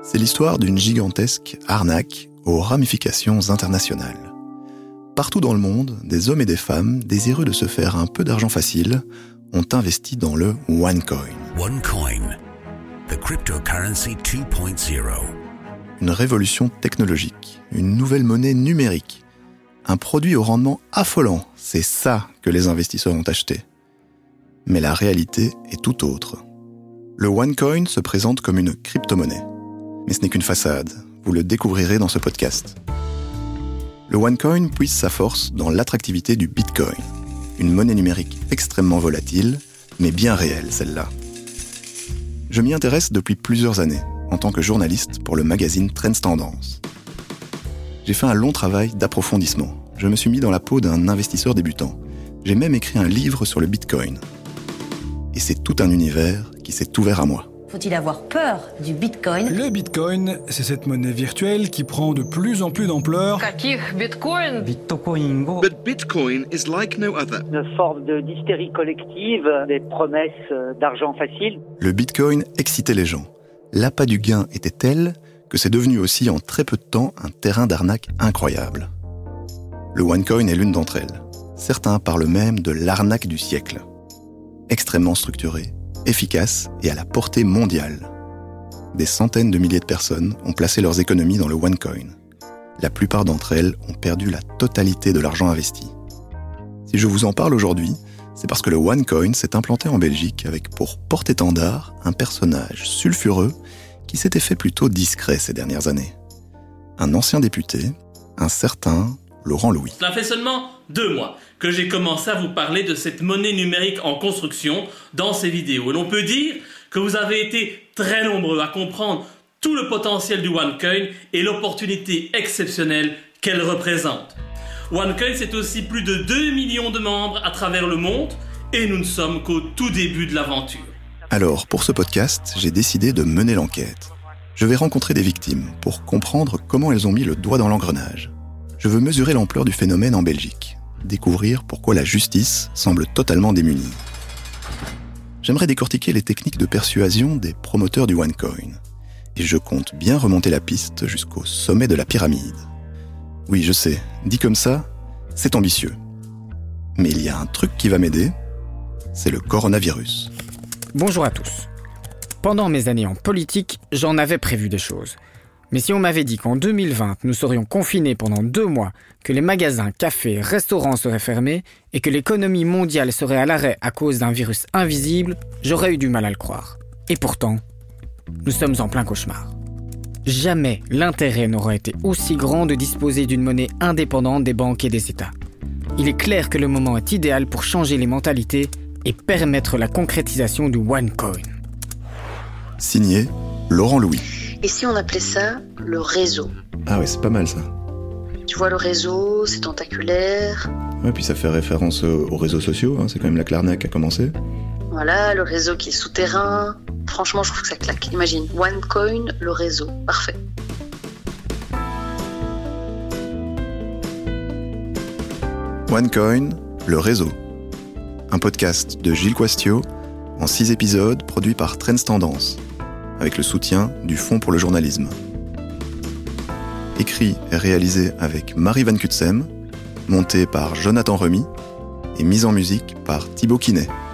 C'est l'histoire d'une gigantesque arnaque aux ramifications internationales. Partout dans le monde, des hommes et des femmes, désireux de se faire un peu d'argent facile, ont investi dans le OneCoin. OneCoin, the cryptocurrency 2.0. Une révolution technologique, une nouvelle monnaie numérique, un produit au rendement affolant, c'est ça que les investisseurs ont acheté. Mais la réalité est tout autre. Le OneCoin se présente comme une crypto-monnaie. Mais ce n'est qu'une façade, vous le découvrirez dans ce podcast. Le OneCoin puise sa force dans l'attractivité du Bitcoin, une monnaie numérique extrêmement volatile, mais bien réelle celle-là. Je m'y intéresse depuis plusieurs années, en tant que journaliste pour le magazine Trends Tendance. J'ai fait un long travail d'approfondissement. Je me suis mis dans la peau d'un investisseur débutant. J'ai même écrit un livre sur le Bitcoin. Et c'est tout un univers qui s'est ouvert à moi. Faut-il avoir peur du Bitcoin ? Le Bitcoin, c'est cette monnaie virtuelle qui prend de plus en plus d'ampleur. Bitcoin? But Bitcoin is like no other. Une forme d'hystérie collective, des promesses d'argent facile. Le Bitcoin excitait les gens. L'appât du gain était tel que c'est devenu aussi en très peu de temps un terrain d'arnaque incroyable. Le OneCoin est l'une d'entre elles. Certains parlent même de l'arnaque du siècle. Extrêmement structurée, efficace et à la portée mondiale. Des centaines de milliers de personnes ont placé leurs économies dans le OneCoin. La plupart d'entre elles ont perdu la totalité de l'argent investi. Si je vous en parle aujourd'hui, c'est parce que le OneCoin s'est implanté en Belgique avec pour porte-étendard un personnage sulfureux qui s'était fait plutôt discret ces dernières années. Un ancien député, un certain Laurent Louis. Cela fait seulement 2 mois que j'ai commencé à vous parler de cette monnaie numérique en construction dans ces vidéos. Et l'on peut dire que vous avez été très nombreux à comprendre tout le potentiel du OneCoin et l'opportunité exceptionnelle qu'elle représente. OneCoin, c'est aussi plus de 2 millions de membres à travers le monde et nous ne sommes qu'au tout début de l'aventure. Alors, pour ce podcast, j'ai décidé de mener l'enquête. Je vais rencontrer des victimes pour comprendre comment elles ont mis le doigt dans l'engrenage. Je veux mesurer l'ampleur du phénomène en Belgique, découvrir pourquoi la justice semble totalement démunie. J'aimerais décortiquer les techniques de persuasion des promoteurs du OneCoin. Et je compte bien remonter la piste jusqu'au sommet de la pyramide. Oui, je sais, dit comme ça, c'est ambitieux. Mais il y a un truc qui va m'aider, c'est le coronavirus. Bonjour à tous. Pendant mes années en politique, j'en avais prévu des choses. Mais si on m'avait dit qu'en 2020, nous serions confinés pendant 2 mois, que les magasins, cafés, restaurants seraient fermés et que l'économie mondiale serait à l'arrêt à cause d'un virus invisible, j'aurais eu du mal à le croire. Et pourtant, nous sommes en plein cauchemar. Jamais l'intérêt n'aura été aussi grand de disposer d'une monnaie indépendante des banques et des États. Il est clair que le moment est idéal pour changer les mentalités et permettre la concrétisation du OneCoin. Signé Laurent Louis. Et si on appelait ça le réseau ? Ah ouais, c'est pas mal ça. Tu vois, le réseau, c'est tentaculaire. Ouais, puis ça fait référence aux réseaux sociaux, c'est quand même là que l'arnaque a commencé. Voilà, le réseau qui est souterrain. Franchement, je trouve que ça claque. Imagine, OneCoin, le réseau. Parfait. OneCoin, le réseau. Un podcast de Gilles Quastio, en 6 épisodes produits par Trends Tendance, avec le soutien du Fonds pour le journalisme. Écrit et réalisé avec Marie Van Cutsem, monté par Jonathan Remy et mise en musique par Thibaut Quinet.